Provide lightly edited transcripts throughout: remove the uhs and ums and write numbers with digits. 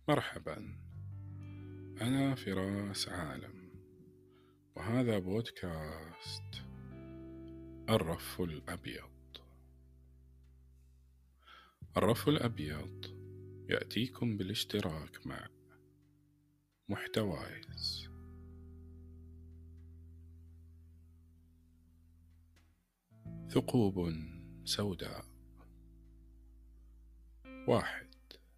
مرحبا، أنا فراس عالم، وهذا بودكاست الرف الأبيض. الرف الأبيض يأتيكم بالاشتراك مع محتوايز. ثقوب سوداء. 1.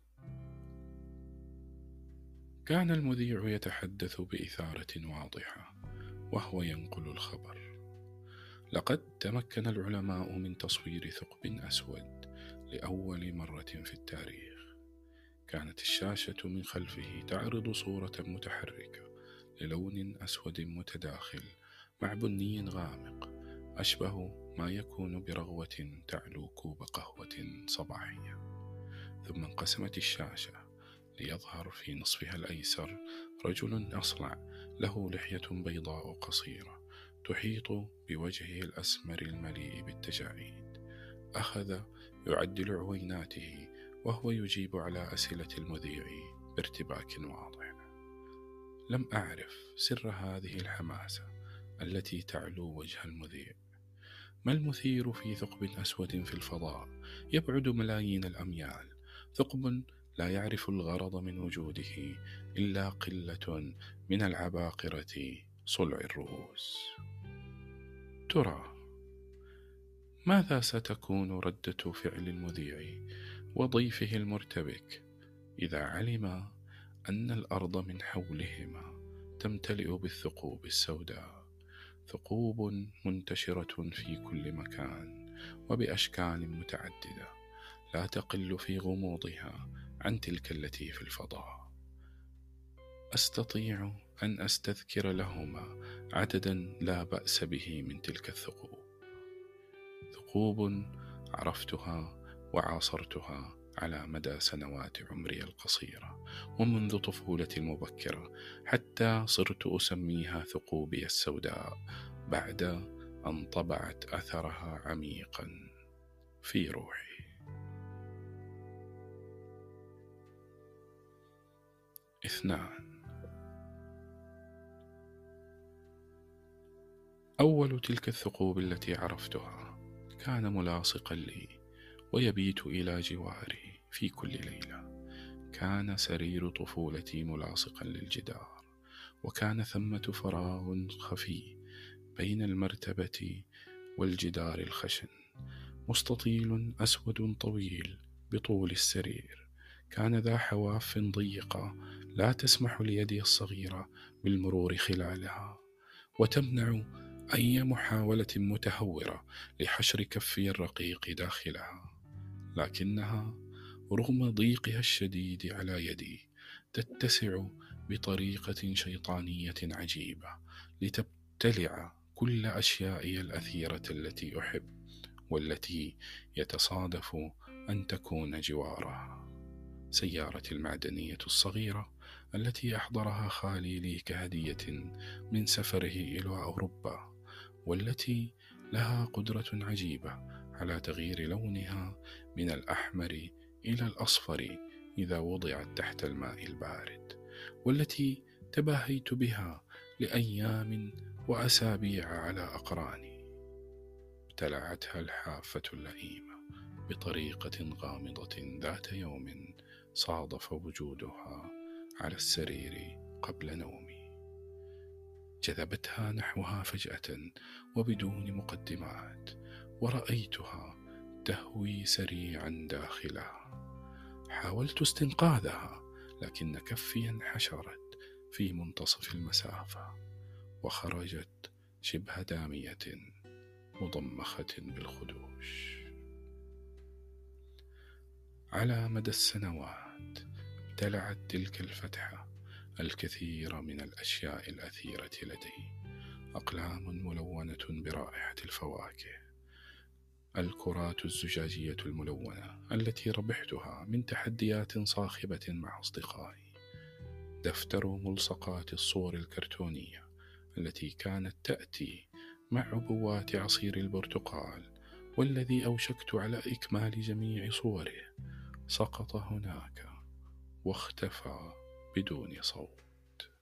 كان المذيع يتحدث بإثارة واضحة وهو ينقل الخبر. لقد تمكن العلماء من تصوير ثقب أسود لأول مرة في التاريخ. كانت الشاشة من خلفه تعرض صورة متحركة للون أسود متداخل مع بني غامق، أشبه ما يكون برغوة تعلو كوب قهوة صباحية. ثم انقسمت الشاشة ليظهر في نصفها الأيسر رجل أصلع له لحية بيضاء قصيرة تحيط بوجهه الأسمر المليء بالتجاعيد. أخذ يعدل عويناته وهو يجيب على أسئلة المذيع بارتباك واضح. لم أعرف سر هذه الحماسة التي تعلو وجه المذيع. ما المثير في ثقب أسود في الفضاء يبعد ملايين الأميال؟ ثقب لا يعرف الغرض من وجوده إلا قلة من العباقرة صلع الرؤوس. ترى ماذا ستكون ردة فعل المذيع وضيفه المرتبك إذا علم أن الأرض من حولهما تمتلئ بالثقوب السوداء؟ ثقوب منتشرة في كل مكان وبأشكال متعددة لا تقل في غموضها عن تلك التي في الفضاء. أستطيع أن أستذكر لهما عددا لا بأس به من تلك الثقوب. ثقوب عرفتها وعاصرتها على مدى سنوات عمري القصيرة ومنذ طفولتي المبكرة، حتى صرت أسميها ثقوبي السوداء بعد أن طبعت أثرها عميقا في روحي. 2. أول تلك الثقوب التي عرفتها كان ملاصقا لي ويبيت إلى جواري في كل ليلة. كان سرير طفولتي ملاصقا للجدار، وكان ثمة فراغ خفي بين المرتبة والجدار الخشن، مستطيل أسود طويل بطول السرير. كان ذا حواف ضيقة لا تسمح ليدي الصغيرة بالمرور خلالها وتمنع أي محاولة متهورة لحشر كفي الرقيق داخلها، لكنها رغم ضيقها الشديد على يدي تتسع بطريقة شيطانية عجيبة لتبتلع كل أشيائي الأثيرة التي أحب والتي يتصادف أن تكون جوارها. سيارتي المعدنية الصغيرة التي أحضرها خالي لي كهدية من سفره إلى أوروبا، والتي لها قدرة عجيبة على تغيير لونها من الأحمر إلى الأصفر إذا وضعت تحت الماء البارد، والتي تباهيت بها لأيام وأسابيع على أقراني. ابتلعتها الحافة اللئيمة بطريقة غامضة ذات يوم صادف وجودها على السرير قبل نومي. جذبتها نحوها فجأة وبدون مقدمات، ورأيتها تهوي سريعا داخلها. حاولت استنقاذها، لكن كفي انحشرت في منتصف المسافة وخرجت شبه دامية مضمخة بالخدوش. على مدى السنوات ابتلعت تلك الفتحة الكثير من الأشياء الأثيرة لدي: أقلام ملونة برائحة الفواكه، الكرات الزجاجية الملونة التي ربحتها من تحديات صاخبة مع أصدقائي، دفتر ملصقات الصور الكرتونية التي كانت تأتي مع عبوات عصير البرتقال، والذي أوشكت على إكمال جميع صوره سقط هناك واختفى بدون صوت.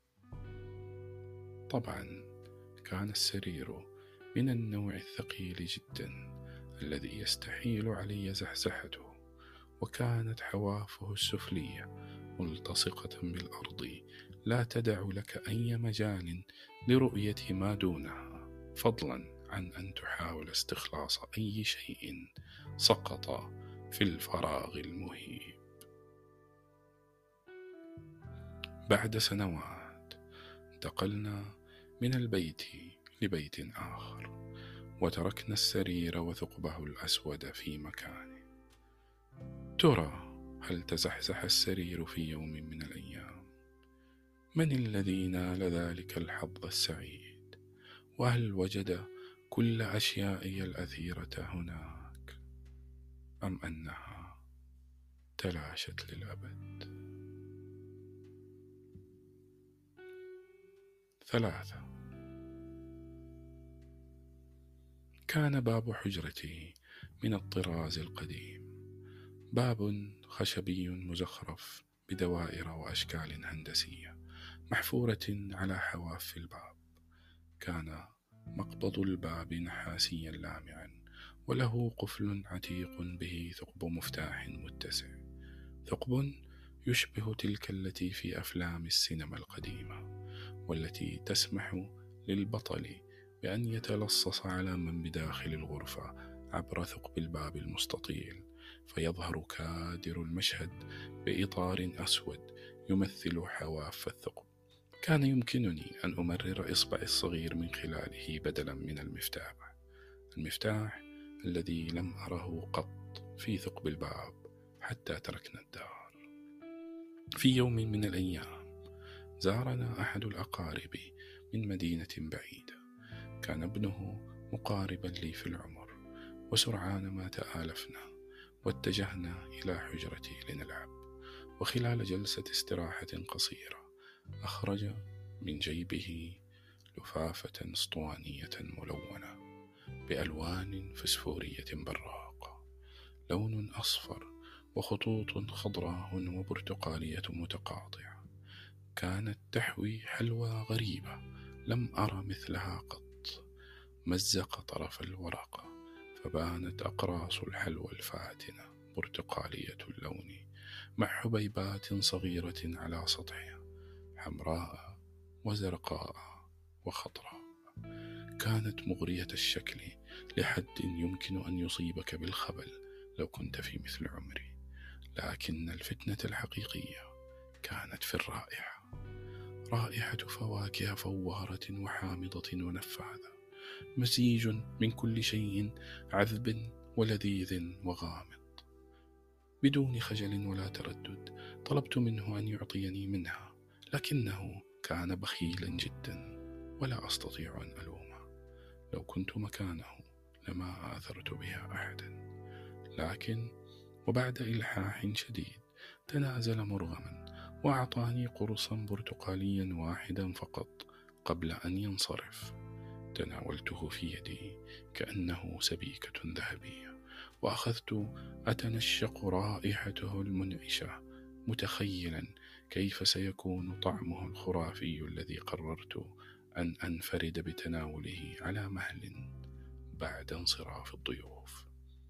طبعا كان السرير من النوع الثقيل جدا الذي يستحيل علي زحزحته، وكانت حوافه السفلية ملتصقة بالأرض لا تدع لك أي مجال لرؤية ما دونها، فضلا عن أن تحاول استخلاص أي شيء سقط في الفراغ المهيب. بعد سنوات انتقلنا من البيت لبيت آخر، وتركنا السرير وثقبه الأسود في مكانه. ترى هل تزحزح السرير في يوم من الأيام؟ من الذي نال ذلك الحظ السعيد؟ وهل وجد كل أشيائي الأثيرة هناك، أم أنها تلاشت للأبد؟ 3. كان باب حجرتي من الطراز القديم، باب خشبي مزخرف بدوائر وأشكال هندسية محفورة على حواف الباب. كان مقبض الباب نحاسيا لامعا، وله قفل عتيق به ثقب مفتاح متسع، ثقب يشبه تلك التي في أفلام السينما القديمة، والتي تسمح للبطل بأن يتلصص على من بداخل الغرفة عبر ثقب الباب المستطيل، فيظهر كادر المشهد بإطار أسود يمثل حواف الثقب. كان يمكنني أن أمرر إصبعي الصغير من خلاله بدلا من المفتاح الذي لم أره قط في ثقب الباب حتى تركنا الدار. في يوم من الأيام زارنا أحد الأقارب من مدينة بعيدة. كان ابنه مقاربا لي في العمر، وسرعان ما تآلفنا واتجهنا إلى حجرتي لنلعب. وخلال جلسة استراحة قصيرة أخرج من جيبه لفافة اسطوانية ملونة بألوان فسفورية براقة، لون أصفر وخطوط خضراء وبرتقالية متقاطعة. كانت تحوي حلوى غريبة لم أرى مثلها قط. مزق طرف الورقة فبانت أقراص الحلوى الفاتنة برتقالية اللون مع حبيبات صغيرة على سطحها، حمراء وزرقاء وخضراء. كانت مغرية الشكل لحد يمكن أن يصيبك بالخبل لو كنت في مثل عمري. لكن الفتنة الحقيقية كانت في الرائحة، رائحة فواكه فوارة وحامضة ونفاذة، مزيج من كل شيء عذب ولذيذ وغامض. بدون خجل ولا تردد طلبت منه أن يعطيني منها، لكنه كان بخيلا جدا ولا أستطيع أن ألومه. لو كنت مكانه لما آثرت بها أحدا. لكن وبعد إلحاح شديد تنازل مرغما وأعطاني قرصا برتقاليا واحدا فقط قبل أن ينصرف. تناولته في يدي كأنه سبيكة ذهبية، وأخذت أتنشق رائحته المنعشة متخيلا كيف سيكون طعمه الخرافي الذي قررت أن أنفرد بتناوله على مهل بعد انصراف الضيوف.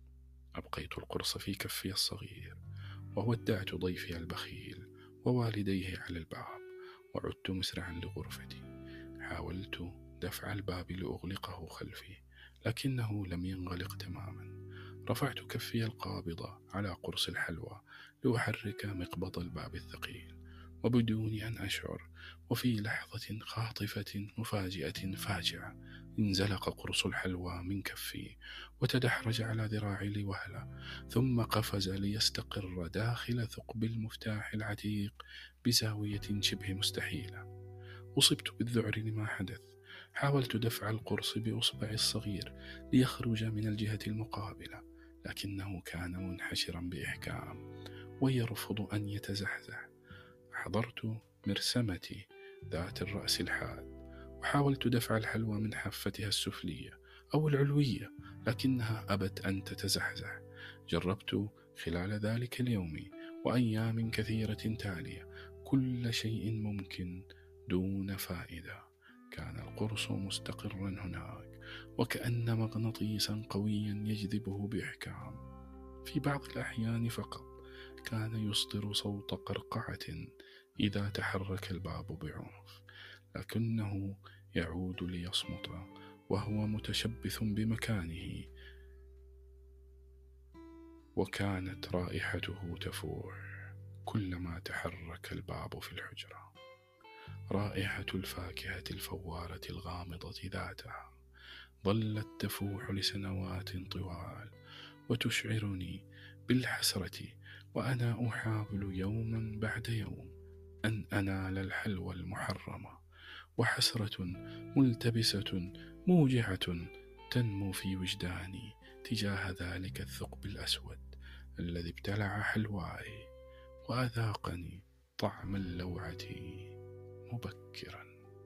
أبقيت القرص في كفي الصغير وودعت ضيفي البخيل ووالديه على الباب، وعدت مسرعا لغرفتي. حاولت دفع الباب لأغلقه خلفي، لكنه لم ينغلق تماما. رفعت كفي القابضة على قرص الحلوى لأحرك مقبض الباب الثقيل، وبدون أن أشعر وفي لحظة خاطفة مفاجئة فاجعة انزلق قرص الحلوى من كفي وتدحرج على ذراعي لوهلة، ثم قفز ليستقر داخل ثقب المفتاح العتيق بزاوية شبه مستحيلة. أصبت بالذعر لما حدث. حاولت دفع القرص بإصبعي الصغير ليخرج من الجهة المقابلة، لكنه كان منحشرا بإحكام ويرفض أن يتزحزح. حضرت مرسمتي ذات الرأس الحاد وحاولت دفع الحلوى من حافتها السفلية أو العلوية، لكنها أبت أن تتزحزح. جربت خلال ذلك اليوم وأيام كثيرة تالية كل شيء ممكن دون فائدة. كان القرص مستقرا هناك وكأن مغناطيسا قويا يجذبه بإحكام. في بعض الأحيان فقط كان يصدر صوت قرقعة إذا تحرك الباب بعنف، لكنه يعود ليصمت وهو متشبث بمكانه. وكانت رائحته تفوح كلما تحرك الباب في الحجرة، رائحة الفاكهة الفوارة الغامضة ذاتها. ظلت تفوح لسنوات طوال وتشعرني بالحسرة، وأنا أحاول يوما بعد يوم أن أنال الحلوى المحرمة، وحسرة ملتبسة موجعة تنمو في وجداني تجاه ذلك الثقب الأسود الذي ابتلع حلواي وأذاقني طعم اللوعة مبكرا.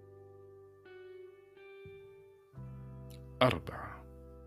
4.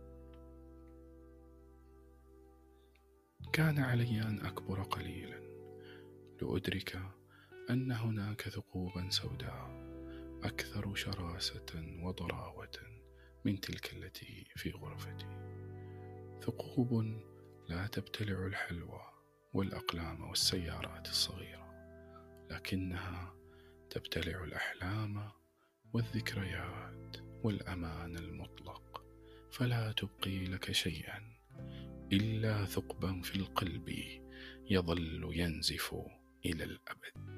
كان علي أن أكبر قليلا لأدرك أن هناك ثقوبا سوداء أكثر شراسة وضراوة من تلك التي في غرفتي. ثقوب لا تبتلع الحلوى والأقلام والسيارات الصغيرة، لكنها تبتلع الأحلام والذكريات والأمان المطلق، فلا تبقي لك شيئا إلا ثقبا في القلب يظل ينزف إلى الأبد.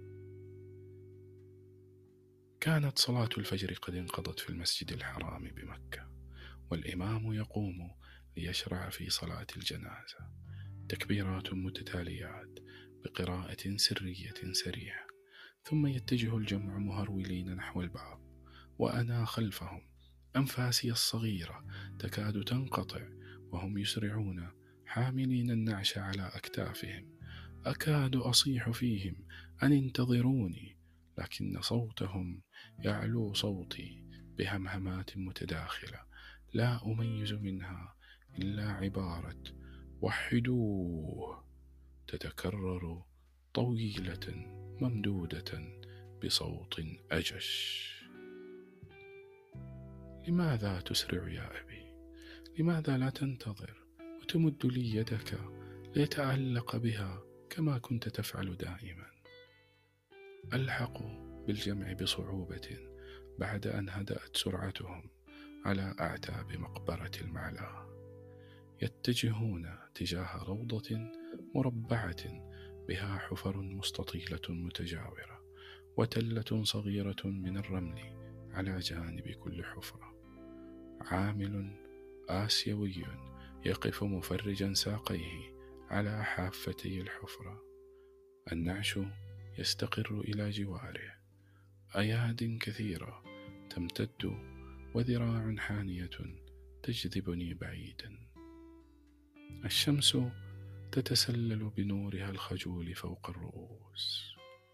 كانت صلاة الفجر قد انقضت في المسجد الحرام بمكة، والإمام يقوم ليشرع في صلاة الجنازة. تكبيرات متتاليات بقراءة سرية سريعة، ثم يتجه الجمع مهرولين نحو الباب، وأنا خلفهم، أنفاسي الصغيرة تكاد تنقطع وهم يسرعون حاملين النعش على أكتافهم. أكاد أصيح فيهم أن انتظروني، لكن صوتهم يعلو صوتي بهمهمات متداخلة لا أميز منها إلا عبارة وحدوه تتكرر طويلة ممدودة بصوت أجش. لماذا تسرع يا أبي؟ لماذا لا تنتظر وتمد لي يدك ليتعلق بها كما كنت تفعل دائما؟ ألحق بالجمع بصعوبة بعد أن هدأت سرعتهم على أعتاب مقبرة المعلى. يتجهون تجاه روضة مربعة بها حفر مستطيلة متجاورة وتلة صغيرة من الرمل على جانب كل حفرة. عامل آسيوي يقف مفرجا ساقيه على حافتي الحفرة. النعش يستقر إلى جواره، أياد كثيرة تمتد وذراع حانية تجذبني بعيدا. الشمس تتسلل بنورها الخجول فوق الرؤوس.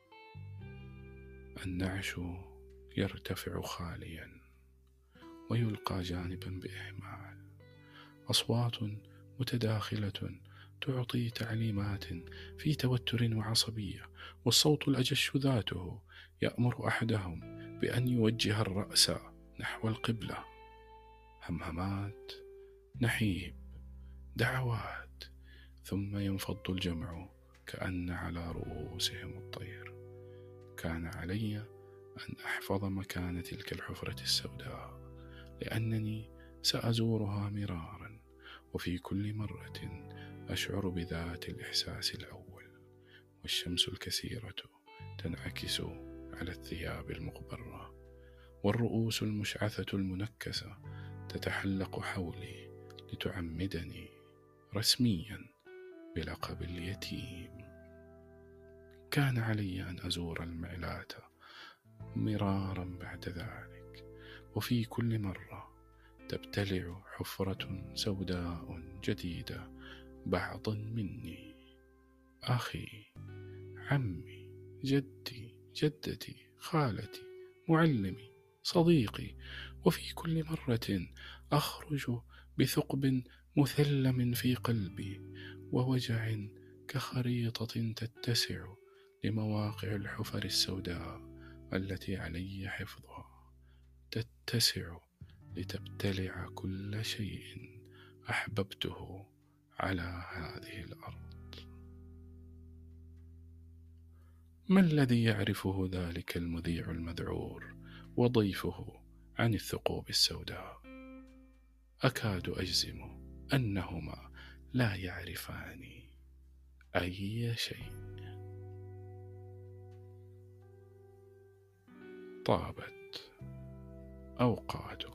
النعش يرتفع خاليا ويلقى جانبا بإهمال. أصوات متداخلة تعطي تعليمات في توتر وعصبية، والصوت الأجش ذاته يأمر أحدهم بأن يوجه الرأس نحو القبلة. همهمات، نحيب، دعوات، ثم ينفض الجمع كأن على رؤوسهم الطير. كان علي أن أحفظ مكان تلك الحفرة السوداء، لأنني سأزورها مرارا، وفي كل مرة أشعر بذات الإحساس الأول. والشمس الكثيرة تنعكس على الثياب المغبرة، والرؤوس المشعثة المنكسة تتحلق حولي لتعمدني رسميا بلقب اليتيم. كان علي أن أزور المعلاة مرارا بعد ذلك، وفي كل مرة تبتلع حفرة سوداء جديدة بعضا مني. أخي، عمي، جدي، جدتي، خالتي، معلمي، صديقي. وفي كل مرة أخرج بثقب مثلم في قلبي ووجع كخريطة تتسع لمواقع الحفر السوداء التي علي حفظها، تتسع لتبتلع كل شيء أحببته على هذه الأرض. ما الذي يعرفه ذلك المذيع المذعور وضيفه عن الثقوب السوداء؟ أكاد أجزم أنهما لا يعرفان أي شيء. طابت أوقاتكم.